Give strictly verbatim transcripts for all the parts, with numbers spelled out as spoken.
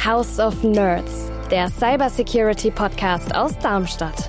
House of Nerds, der Cybersecurity-Podcast aus Darmstadt.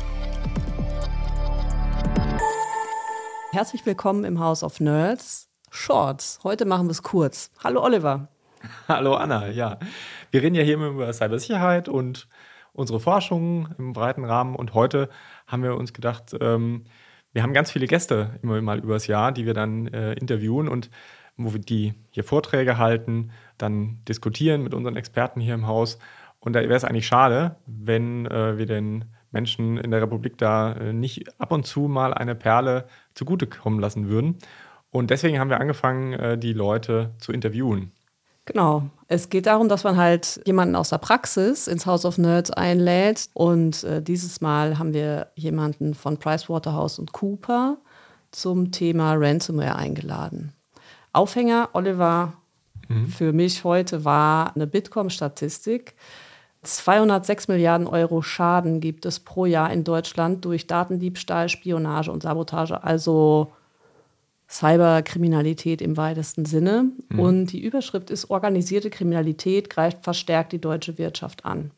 Herzlich willkommen im House of Nerds. Shorts. Heute machen wir es kurz. Hallo Oliver. Hallo Anna, ja. Wir reden ja hier immer über Cybersicherheit und unsere Forschung im breiten Rahmen. Und heute haben wir uns gedacht, ähm, wir haben ganz viele Gäste immer mal übers Jahr, die wir dann äh, interviewen und wo wir die hier Vorträge halten, dann diskutieren mit unseren Experten hier im Haus. Und da wäre es eigentlich schade, wenn äh, wir den Menschen in der Republik da äh, nicht ab und zu mal eine Perle zugutekommen lassen würden. Und deswegen haben wir angefangen, äh, die Leute zu interviewen. Genau. Es geht darum, dass man halt jemanden aus der Praxis ins House of Nerds einlädt. Und äh, dieses Mal haben wir jemanden von PricewaterhouseCoopers zum Thema Ransomware eingeladen. Aufhänger, Oliver, mhm. für mich heute war eine Bitkom-Statistik. zweihundertsechs Milliarden Euro Schaden gibt es pro Jahr in Deutschland durch Datendiebstahl, Spionage und Sabotage, also Cyberkriminalität im weitesten Sinne. Mhm. Und die Überschrift ist: Organisierte Kriminalität greift verstärkt die deutsche Wirtschaft an.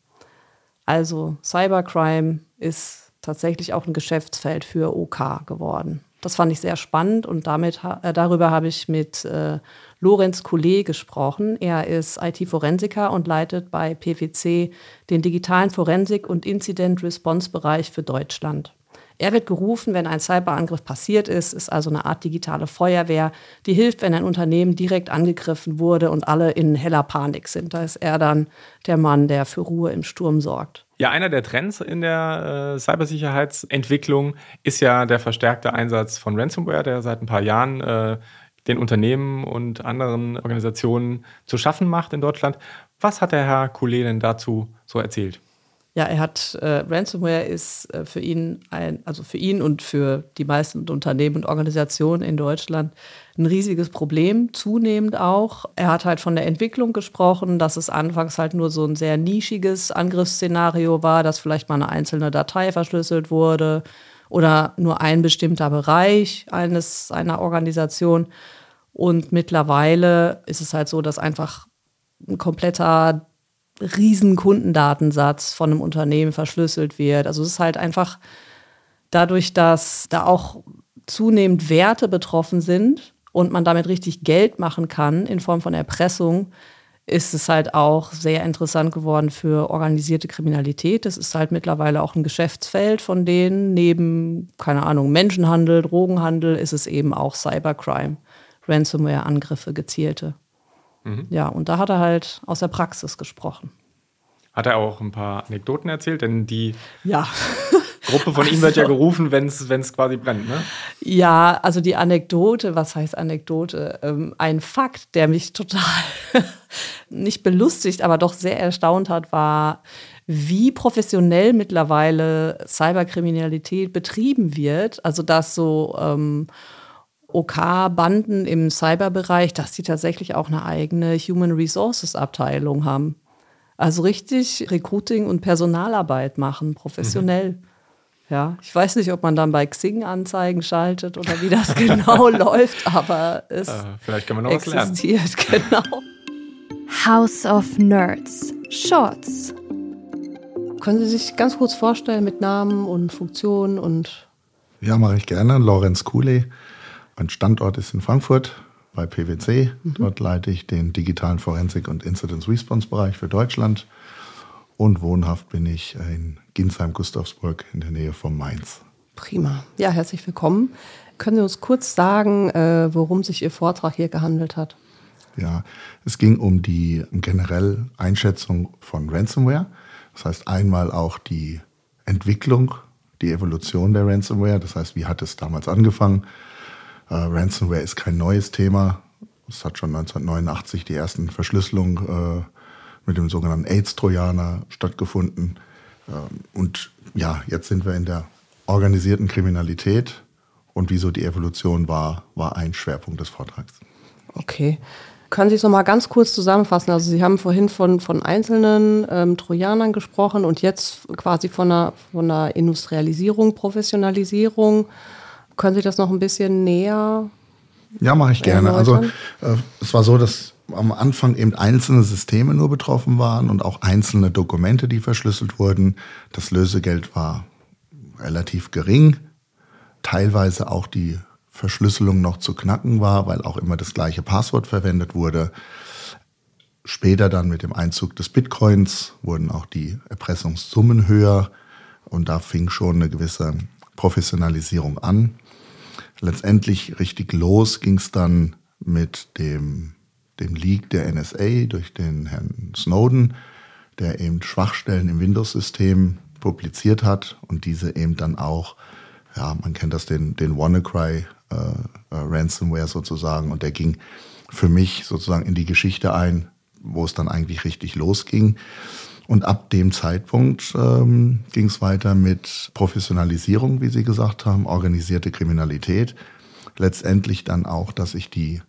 Also Cybercrime ist tatsächlich auch ein Geschäftsfeld für O K geworden. Das fand ich sehr spannend und damit, äh, darüber habe ich mit äh, Lorenz Coulet gesprochen. Er ist I T-Forensiker und leitet bei P W C den digitalen Forensik- und Incident-Response-Bereich für Deutschland. Er wird gerufen, wenn ein Cyberangriff passiert ist, ist also eine Art digitale Feuerwehr, die hilft, wenn ein Unternehmen direkt angegriffen wurde und alle in heller Panik sind. Da ist er dann der Mann, der für Ruhe im Sturm sorgt. Ja, einer der Trends in der äh, Cybersicherheitsentwicklung ist ja der verstärkte Einsatz von Ransomware, der seit ein paar Jahren äh, den Unternehmen und anderen Organisationen zu schaffen macht in Deutschland. Was hat der Herr Coulet denn dazu so erzählt? Ja, er hat äh, Ransomware ist äh, für ihn ein, also für ihn und für die meisten Unternehmen und Organisationen in Deutschland ein riesiges Problem, zunehmend auch. Er hat halt von der Entwicklung gesprochen, dass es anfangs halt nur so ein sehr nischiges Angriffsszenario war, dass vielleicht mal eine einzelne Datei verschlüsselt wurde oder nur ein bestimmter Bereich eines einer Organisation. Und mittlerweile ist es halt so, dass einfach ein kompletter riesen Kundendatensatz von einem Unternehmen verschlüsselt wird. Also es ist halt einfach dadurch, dass da auch zunehmend Werte betroffen sind und man damit richtig Geld machen kann in Form von Erpressung, ist es halt auch sehr interessant geworden für organisierte Kriminalität. Das ist halt mittlerweile auch ein Geschäftsfeld von denen. Neben, keine Ahnung, Menschenhandel, Drogenhandel ist es eben auch Cybercrime, Ransomware-Angriffe, gezielte. Mhm. Ja, und da hat er halt aus der Praxis gesprochen. Hat er auch ein paar Anekdoten erzählt? Denn die ja. Gruppe von ihm wird ja gerufen, wenn es quasi brennt, ne? Ja, also die Anekdote, was heißt Anekdote? Ähm, ein Fakt, der mich total nicht belustigt, aber doch sehr erstaunt hat, war, wie professionell mittlerweile Cyberkriminalität betrieben wird. Also dass so ähm, O K-Banden im Cyberbereich, dass die tatsächlich auch eine eigene Human Resources-Abteilung haben. Also richtig Recruiting und Personalarbeit machen, professionell. Mhm. Ja, ich weiß nicht, ob man dann bei Xing Anzeigen schaltet oder wie das genau läuft, aber es äh, vielleicht kann man noch existiert, was lernen. Genau. House of Nerds Shorts. Können Sie sich ganz kurz vorstellen mit Namen und Funktion und... Ja, mache ich gerne. Lorenz Coulet. Mein Standort ist in Frankfurt bei P W C. Mhm. Dort leite ich den digitalen Forensik- und Incident-Response-Bereich für Deutschland. Und wohnhaft bin ich in Ginsheim-Gustavsburg in der Nähe von Mainz. Prima. Ja, herzlich willkommen. Können Sie uns kurz sagen, äh, worum sich Ihr Vortrag hier gehandelt hat? Ja, es ging um die generelle Einschätzung von Ransomware. Das heißt einmal auch die Entwicklung, die Evolution der Ransomware. Das heißt, wie hat es damals angefangen? Uh, Ransomware ist kein neues Thema. Es hat schon neunzehnhundertneunundachtzig die ersten Verschlüsselungen uh, mit dem sogenannten AIDS-Trojaner stattgefunden. Uh, und ja, jetzt sind wir in der organisierten Kriminalität. Und wieso die Evolution war, war ein Schwerpunkt des Vortrags. Okay. Können Sie es noch mal ganz kurz zusammenfassen? Also Sie haben vorhin von, von einzelnen ähm, Trojanern gesprochen und jetzt quasi von einer, von einer Industrialisierung, Professionalisierung. Können Sie das noch ein bisschen näher? Ja, mache ich gerne. Also äh, es war so, dass am Anfang eben einzelne Systeme nur betroffen waren und auch einzelne Dokumente, die verschlüsselt wurden. Das Lösegeld war relativ gering, teilweise auch die Verschlüsselung noch zu knacken war, weil auch immer das gleiche Passwort verwendet wurde. Später dann mit dem Einzug des Bitcoins wurden auch die Erpressungssummen höher und da fing schon eine gewisse Professionalisierung an. Letztendlich richtig los ging es dann mit dem, dem Leak der N S A durch den Herrn Snowden, der eben Schwachstellen im Windows-System publiziert hat und diese eben dann auch, ja, man kennt das, den, den WannaCry äh, äh, Ransomware sozusagen, und der ging für mich sozusagen in die Geschichte ein, wo es dann eigentlich richtig losging. Und ab dem Zeitpunkt ähm, ging es weiter mit Professionalisierung, wie Sie gesagt haben, organisierte Kriminalität. Letztendlich dann auch, dass sich die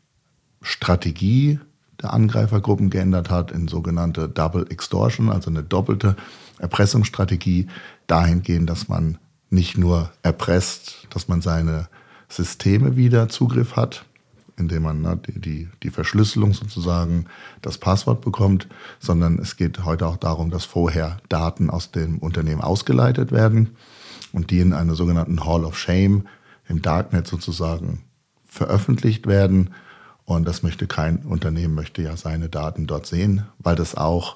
Strategie der Angreifergruppen geändert hat in sogenannte Double Extortion, also eine doppelte Erpressungsstrategie, dahingehend, dass man nicht nur erpresst, dass man seine Systeme wieder Zugriff hat, indem man ne, die, die, die Verschlüsselung sozusagen, das Passwort bekommt, sondern es geht heute auch darum, dass vorher Daten aus dem Unternehmen ausgeleitet werden und die in einer sogenannten Hall of Shame im Darknet sozusagen veröffentlicht werden. Und das möchte kein Unternehmen, möchte ja seine Daten dort sehen, weil das auch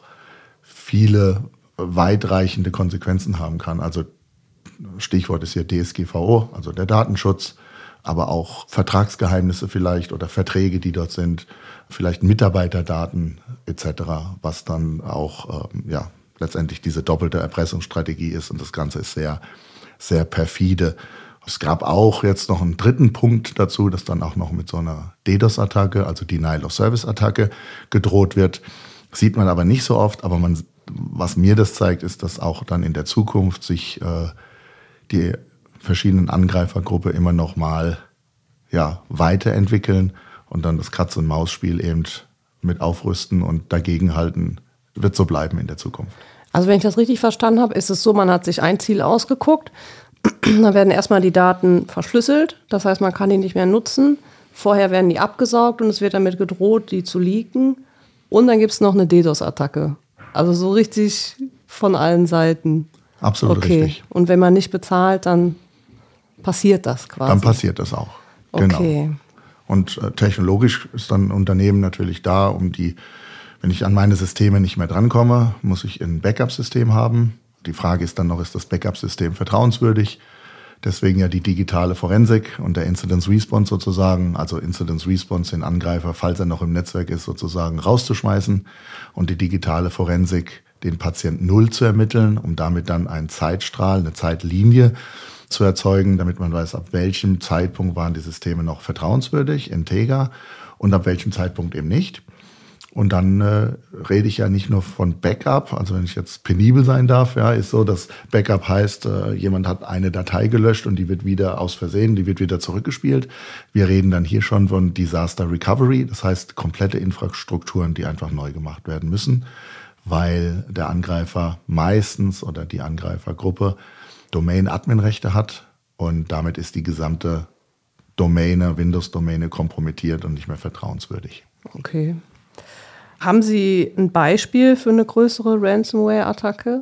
viele weitreichende Konsequenzen haben kann. Also Stichwort ist hier D S G V O, also der Datenschutz, aber auch Vertragsgeheimnisse vielleicht oder Verträge, die dort sind, vielleicht Mitarbeiterdaten et cetera, was dann auch ähm, ja, letztendlich diese doppelte Erpressungsstrategie ist. Und das Ganze ist sehr, sehr perfide. Es gab auch jetzt noch einen dritten Punkt dazu, dass dann auch noch mit so einer DDoS-Attacke, also Denial-of-Service-Attacke, gedroht wird. Sieht man aber nicht so oft, aber man, was mir das zeigt, ist, dass auch dann in der Zukunft sich äh, die verschiedenen Angreifergruppen immer noch mal ja, weiterentwickeln und dann das Katz-und-Maus-Spiel eben mit aufrüsten und dagegenhalten, wird so bleiben in der Zukunft. Also wenn ich das richtig verstanden habe, ist es so, man hat sich ein Ziel ausgeguckt, dann werden erstmal die Daten verschlüsselt, das heißt, man kann die nicht mehr nutzen. Vorher werden die abgesaugt und es wird damit gedroht, die zu leaken. Und dann gibt es noch eine DDoS-Attacke. Also so richtig von allen Seiten. Absolut okay. Richtig. Und wenn man nicht bezahlt, dann passiert das quasi. Dann passiert das auch. Genau. Okay. Und äh, technologisch ist dann ein Unternehmen natürlich da, um die, wenn ich an meine Systeme nicht mehr drankomme, muss ich ein Backup-System haben. Die Frage ist dann noch, ist das Backup-System vertrauenswürdig? Deswegen ja die digitale Forensik und der Incidence Response sozusagen, also Incidence Response, den Angreifer, falls er noch im Netzwerk ist, sozusagen rauszuschmeißen und die digitale Forensik, den Patient Null zu ermitteln, um damit dann einen Zeitstrahl, eine Zeitlinie zu erzeugen, damit man weiß, ab welchem Zeitpunkt waren die Systeme noch vertrauenswürdig, integer und ab welchem Zeitpunkt eben nicht. Und dann äh, rede ich ja nicht nur von Backup, also wenn ich jetzt penibel sein darf, ja, ist so, dass Backup heißt, äh, jemand hat eine Datei gelöscht und die wird wieder aus Versehen, die wird wieder zurückgespielt. Wir reden dann hier schon von Disaster Recovery, das heißt komplette Infrastrukturen, die einfach neu gemacht werden müssen, weil der Angreifer meistens oder die Angreifergruppe Domain-Admin-Rechte hat und damit ist die gesamte Domäne, Windows-Domäne kompromittiert und nicht mehr vertrauenswürdig. Okay. Haben Sie ein Beispiel für eine größere Ransomware-Attacke?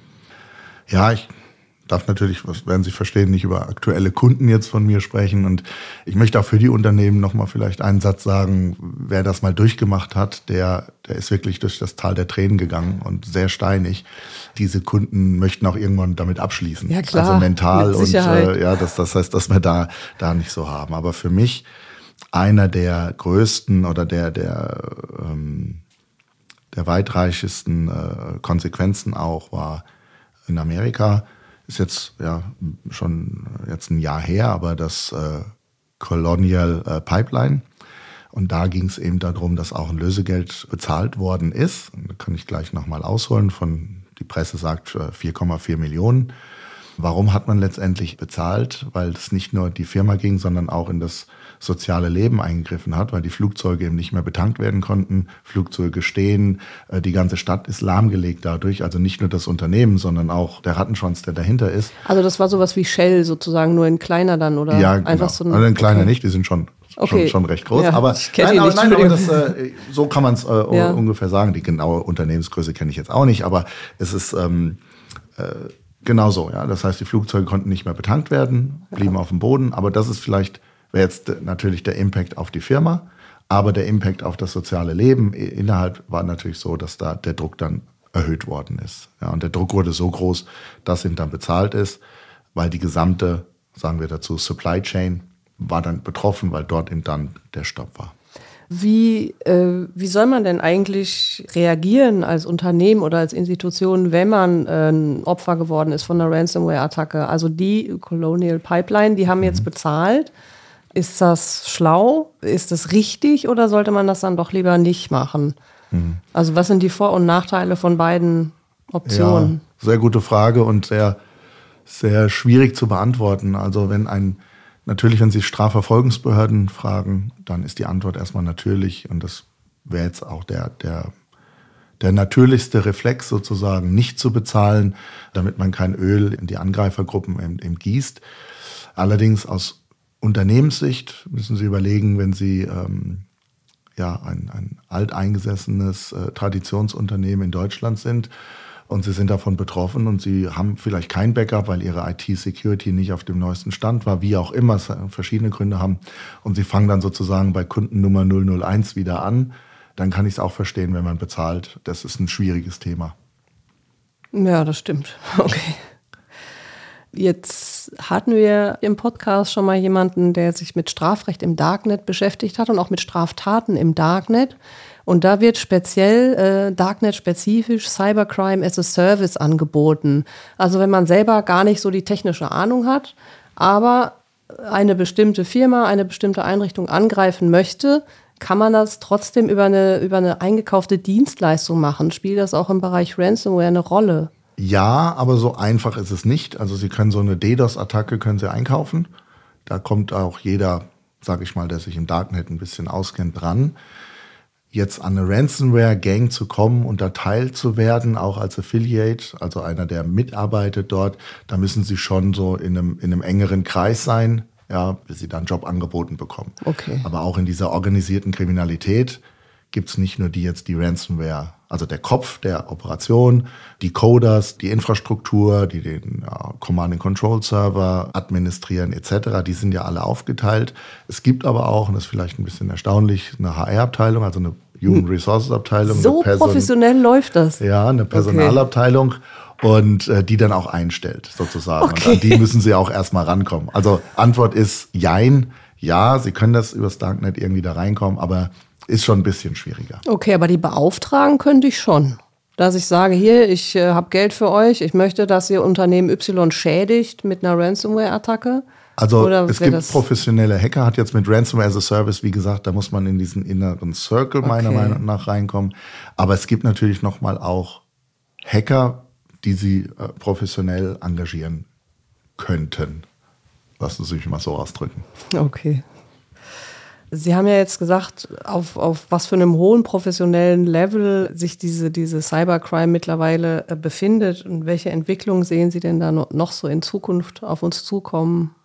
Ja, ich darf natürlich, was werden Sie verstehen, nicht über aktuelle Kunden jetzt von mir sprechen. Und ich möchte auch für die Unternehmen nochmal vielleicht einen Satz sagen, wer das mal durchgemacht hat, der, der ist wirklich durch das Tal der Tränen gegangen und sehr steinig. Diese Kunden möchten auch irgendwann damit abschließen. Ja, klar, also mental mit und Sicherheit. äh, ja, das, das heißt, dass wir da, da nicht so haben. Aber für mich einer der größten oder der, der, ähm, der weitreichsten äh, Konsequenzen auch war in Amerika, ist jetzt ja schon jetzt ein Jahr her, aber das äh, Colonial äh, Pipeline. Und da ging es eben darum, dass auch ein Lösegeld bezahlt worden ist. Und da kann ich gleich nochmal ausholen. Von, die Presse sagt vier Komma vier Millionen. Warum hat man letztendlich bezahlt? Weil es nicht nur die Firma ging, sondern auch in das soziale Leben eingegriffen hat, weil die Flugzeuge eben nicht mehr betankt werden konnten. Flugzeuge stehen, die ganze Stadt ist lahmgelegt dadurch. Also nicht nur das Unternehmen, sondern auch der Rattenschwanz, der dahinter ist. Also das war sowas wie Shell sozusagen, nur in kleiner dann, oder? Ja, genau. Einfach so ein, also in kleiner okay. nicht, die sind schon Okay. schon, schon recht groß. Ja, aber ich kenn nein, ihn aber, nicht, nein, aber das, Entschuldigung. äh, so kann man es äh, Ja. ungefähr sagen. Die genaue Unternehmensgröße kenne ich jetzt auch nicht, aber es ist ähm, äh, genau so. Ja? Das heißt, die Flugzeuge konnten nicht mehr betankt werden, blieben ja. auf dem Boden. Aber das ist vielleicht, wäre jetzt natürlich der Impact auf die Firma, aber der Impact auf das soziale Leben innerhalb war natürlich so, dass da der Druck dann erhöht worden ist. Ja, und der Druck wurde so groß, dass ihm dann bezahlt ist, weil die gesamte, sagen wir dazu, Supply Chain war dann betroffen, weil dort eben dann der Stopp war. Wie, äh, wie soll man denn eigentlich reagieren als Unternehmen oder als Institution, wenn man äh, ein Opfer geworden ist von einer Ransomware-Attacke? Also die Colonial Pipeline, die haben jetzt mhm. bezahlt. Ist das schlau? Ist das richtig oder sollte man das dann doch lieber nicht machen? Mhm. Also was sind die Vor- und Nachteile von beiden Optionen? Ja, sehr gute Frage und sehr, sehr schwierig zu beantworten. Also wenn ein, natürlich, wenn Sie Strafverfolgungsbehörden fragen, dann ist die Antwort erstmal natürlich und das wäre jetzt auch der, der, der natürlichste Reflex sozusagen, nicht zu bezahlen, damit man kein Öl in die Angreifergruppen eben, eben gießt. Allerdings aus Unternehmenssicht müssen Sie überlegen, wenn Sie ähm, ja, ein, ein alteingesessenes äh, Traditionsunternehmen in Deutschland sind und Sie sind davon betroffen und Sie haben vielleicht kein Backup, weil Ihre I T-Security nicht auf dem neuesten Stand war, wie auch immer, es verschiedene Gründe haben und Sie fangen dann sozusagen bei Kundennummer null null eins wieder an, dann kann ich es auch verstehen, wenn man bezahlt. Das ist ein schwieriges Thema. Ja, das stimmt. Okay. Jetzt hatten wir im Podcast schon mal jemanden, der sich mit Strafrecht im Darknet beschäftigt hat und auch mit Straftaten im Darknet. Und da wird speziell äh, Darknet-spezifisch Cybercrime as a Service angeboten. Also wenn man selber gar nicht so die technische Ahnung hat, aber eine bestimmte Firma, eine bestimmte Einrichtung angreifen möchte, kann man das trotzdem über eine, über eine eingekaufte Dienstleistung machen. Spielt das auch im Bereich Ransomware eine Rolle? Ja, aber so einfach ist es nicht. Also Sie können so eine DDoS-Attacke können Sie einkaufen. Da kommt auch jeder, sage ich mal, der sich im Darknet ein bisschen auskennt, dran. Jetzt an eine Ransomware-Gang zu kommen und da Teil zu werden, auch als Affiliate, also einer, der mitarbeitet dort, da müssen Sie schon so in einem, in einem engeren Kreis sein, ja, bis Sie dann einen Job angeboten bekommen. Okay. Aber auch in dieser organisierten Kriminalität gibt es nicht nur die jetzt die Ransomware, also der Kopf der Operation, die Coders, die Infrastruktur, die den ja, Command-and-Control-Server administrieren et cetera, die sind ja alle aufgeteilt. Es gibt aber auch, und das ist vielleicht ein bisschen erstaunlich, eine H R-Abteilung, also eine Human Resources-Abteilung. So eine Person, professionell läuft das? Ja, eine Personalabteilung. Okay. Und äh, die dann auch einstellt, sozusagen. Okay. Und an die müssen Sie auch erstmal rankommen. Also Antwort ist jein. Ja, Sie können das übers Darknet irgendwie da reinkommen, aber ist schon ein bisschen schwieriger. Okay, aber die beauftragen könnte ich schon. Dass ich sage, hier, ich äh, habe Geld für euch, ich möchte, dass ihr Unternehmen Y schädigt mit einer Ransomware-Attacke. Also Oder es gibt das professionelle Hacker, hat jetzt mit Ransomware as a Service, wie gesagt, da muss man in diesen inneren Circle meiner Okay. Meinung nach reinkommen. Aber es gibt natürlich nochmal auch Hacker, die Sie äh, professionell engagieren könnten. Lassen Sie mich mal so ausdrücken. Okay. Sie haben ja jetzt gesagt, auf, auf was für einem hohen professionellen Level sich diese, diese Cybercrime mittlerweile äh, befindet und welche Entwicklungen sehen Sie denn da noch, noch so in Zukunft auf uns zukommen?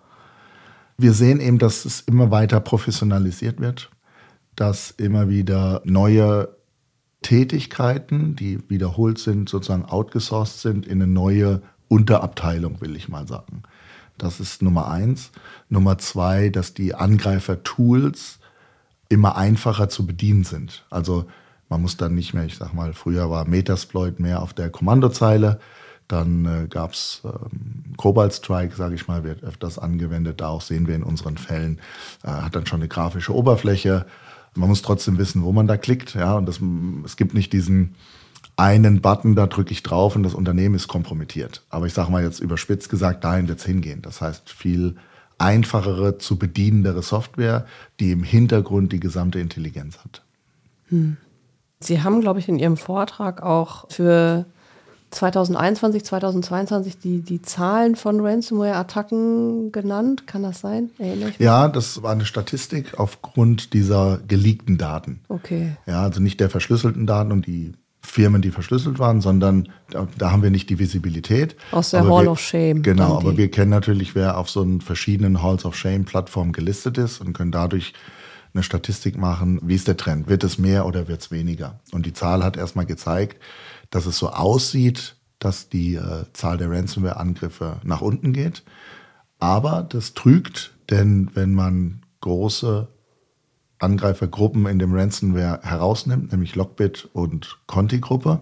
Wir sehen eben, dass es immer weiter professionalisiert wird, dass immer wieder neue Tätigkeiten, die wiederholt sind, sozusagen outgesourced sind, in eine neue Unterabteilung, will ich mal sagen. Das ist Nummer eins. Nummer zwei, dass die Angreifer-Tools immer einfacher zu bedienen sind. Also man muss dann nicht mehr, ich sag mal, früher war Metasploit mehr auf der Kommandozeile. Dann äh, gab es ähm, Cobalt Strike, sage ich mal, wird öfters angewendet. Da auch sehen wir in unseren Fällen, äh, hat dann schon eine grafische Oberfläche. Man muss trotzdem wissen, wo man da klickt. Ja, und das, es gibt nicht diesen einen Button, da drücke ich drauf und das Unternehmen ist kompromittiert. Aber ich sage mal jetzt überspitzt gesagt, dahin wird es hingehen. Das heißt, viel einfachere zu bedienendere Software, die im Hintergrund die gesamte Intelligenz hat. Hm. Sie haben, glaube ich, in Ihrem Vortrag auch für zwanzig einundzwanzig, zwanzig zweiundzwanzig die, die Zahlen von Ransomware-Attacken genannt. Kann das sein? Erinnere ich mich? Ja, das war eine Statistik aufgrund dieser geleakten Daten. Okay. Ja, also nicht der verschlüsselten Daten und die Firmen, die verschlüsselt waren, sondern da, da haben wir nicht die Visibilität. Aus der aber Hall wir, of Shame. Genau, aber wir kennen natürlich, wer auf so einen verschiedenen Halls of Shame-Plattformen gelistet ist und können dadurch eine Statistik machen, wie ist der Trend? Wird es mehr oder wird es weniger? Und die Zahl hat erstmal gezeigt, dass es so aussieht, dass die äh, Zahl der Ransomware-Angriffe nach unten geht. Aber das trügt, denn wenn man große Angreifergruppen in dem Ransomware herausnimmt, nämlich Lockbit und Conti-Gruppe,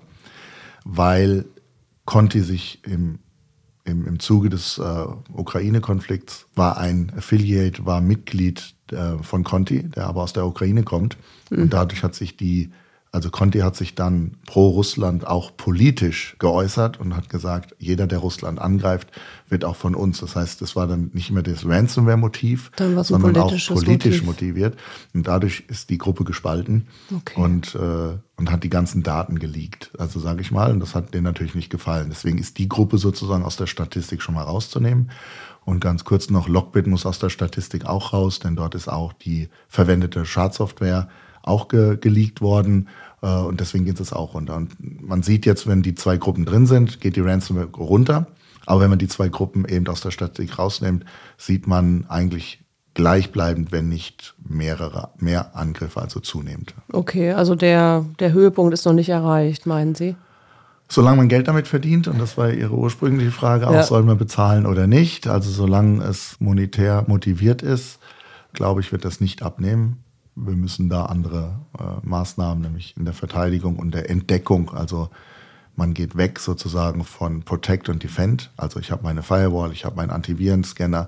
weil Conti sich im, im, im Zuge des äh, Ukraine-Konflikts war ein Affiliate, war Mitglied äh, von Conti, der aber aus der Ukraine kommt. Mhm. Und dadurch hat sich die Also Conti hat sich dann pro Russland auch politisch geäußert und hat gesagt, jeder, der Russland angreift, wird auch von uns. Das heißt, das war dann nicht mehr das Ransomware-Motiv, sondern auch politisch Motiv. motiviert. Und dadurch ist die Gruppe gespalten okay. und, äh, und hat die ganzen Daten geleakt. Also sage ich mal, und das hat denen natürlich nicht gefallen. Deswegen ist die Gruppe sozusagen aus der Statistik schon mal rauszunehmen. Und ganz kurz noch, Lockbit muss aus der Statistik auch raus, denn dort ist auch die verwendete Schadsoftware auch ge- geleakt worden äh, und deswegen geht es auch runter. Und man sieht jetzt, wenn die zwei Gruppen drin sind, geht die Ransomware runter. Aber wenn man die zwei Gruppen eben aus der Statistik rausnimmt, sieht man eigentlich gleichbleibend, wenn nicht mehrere, mehr Angriffe, also zunehmend. Okay, also der, der Höhepunkt ist noch nicht erreicht, meinen Sie? Solange man Geld damit verdient, und das war Ihre ursprüngliche Frage, auch ja. soll man bezahlen oder nicht. Also solange es monetär motiviert ist, glaube ich, wird das nicht abnehmen. Wir müssen da andere äh, Maßnahmen, nämlich in der Verteidigung und der Entdeckung. Also man geht weg sozusagen von Protect und Defend. Also ich habe meine Firewall, ich habe meinen Antivirenscanner.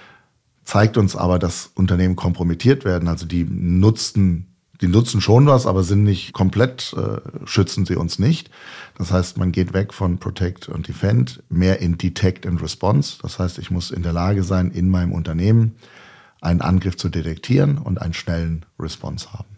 Zeigt uns aber, dass Unternehmen kompromittiert werden. Also die nutzen, die nutzen schon was, aber sind nicht komplett, äh, schützen sie uns nicht. Das heißt, man geht weg von Protect und Defend, mehr in Detect and Response. Das heißt, ich muss in der Lage sein, in meinem Unternehmen einen Angriff zu detektieren und einen schnellen Response haben.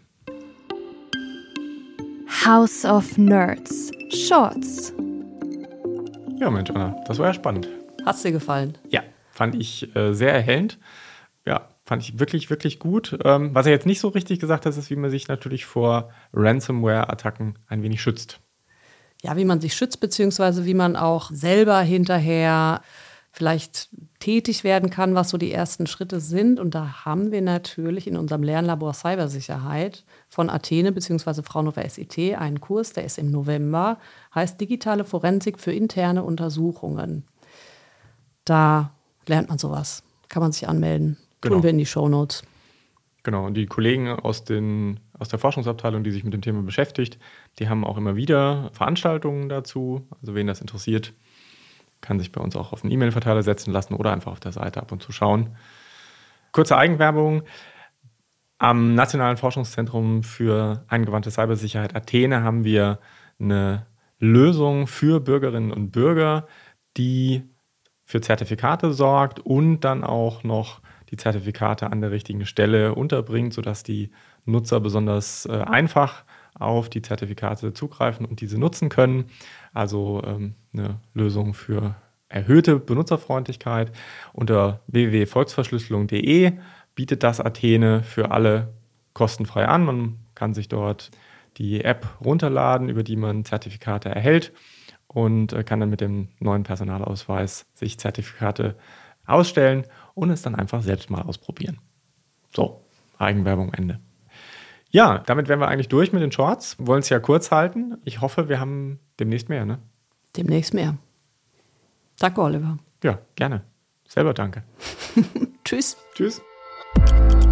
House of Nerds. Shorts. Ja, Mensch, Anna, das war ja spannend. Hat's dir gefallen? Ja, fand ich äh, sehr erhellend. Ja, fand ich wirklich, wirklich gut. Ähm, was er jetzt nicht so richtig gesagt hat, ist, wie man sich natürlich vor Ransomware-Attacken ein wenig schützt. Ja, wie man sich schützt, beziehungsweise wie man auch selber hinterher vielleicht tätig werden kann, was so die ersten Schritte sind. Und da haben wir natürlich in unserem Lernlabor Cybersicherheit von Athene bzw. Fraunhofer S I T einen Kurs, der ist im November, heißt Digitale Forensik für interne Untersuchungen. Da lernt man sowas. Kann man sich anmelden. Genau. Tun wir in die Shownotes. Genau, und die Kollegen aus, den, aus der Forschungsabteilung, die sich mit dem Thema beschäftigt, die haben auch immer wieder Veranstaltungen dazu. Also wen das interessiert, kann sich bei uns auch auf den E-Mail-Verteiler setzen lassen oder einfach auf der Seite ab und zu schauen. Kurze Eigenwerbung. Am Nationalen Forschungszentrum für angewandte Cybersicherheit Athene haben wir eine Lösung für Bürgerinnen und Bürger, die für Zertifikate sorgt und dann auch noch die Zertifikate an der richtigen Stelle unterbringt, sodass die Nutzer besonders äh, einfach auf die Zertifikate zugreifen und diese nutzen können. Also ähm, eine Lösung für erhöhte Benutzerfreundlichkeit. Unter w w w punkt volksverschlüsselung punkt d e bietet das Athene für alle kostenfrei an. Man kann sich dort die App runterladen, über die man Zertifikate erhält und äh, kann dann mit dem neuen Personalausweis sich Zertifikate ausstellen und es dann einfach selbst mal ausprobieren. So, Eigenwerbung Ende. Ja, damit wären wir eigentlich durch mit den Shorts. Wir wollen es ja kurz halten. Ich hoffe, wir haben demnächst mehr, ne? Demnächst mehr. Danke, Oliver. Ja, gerne. Selber danke. Tschüss. Tschüss.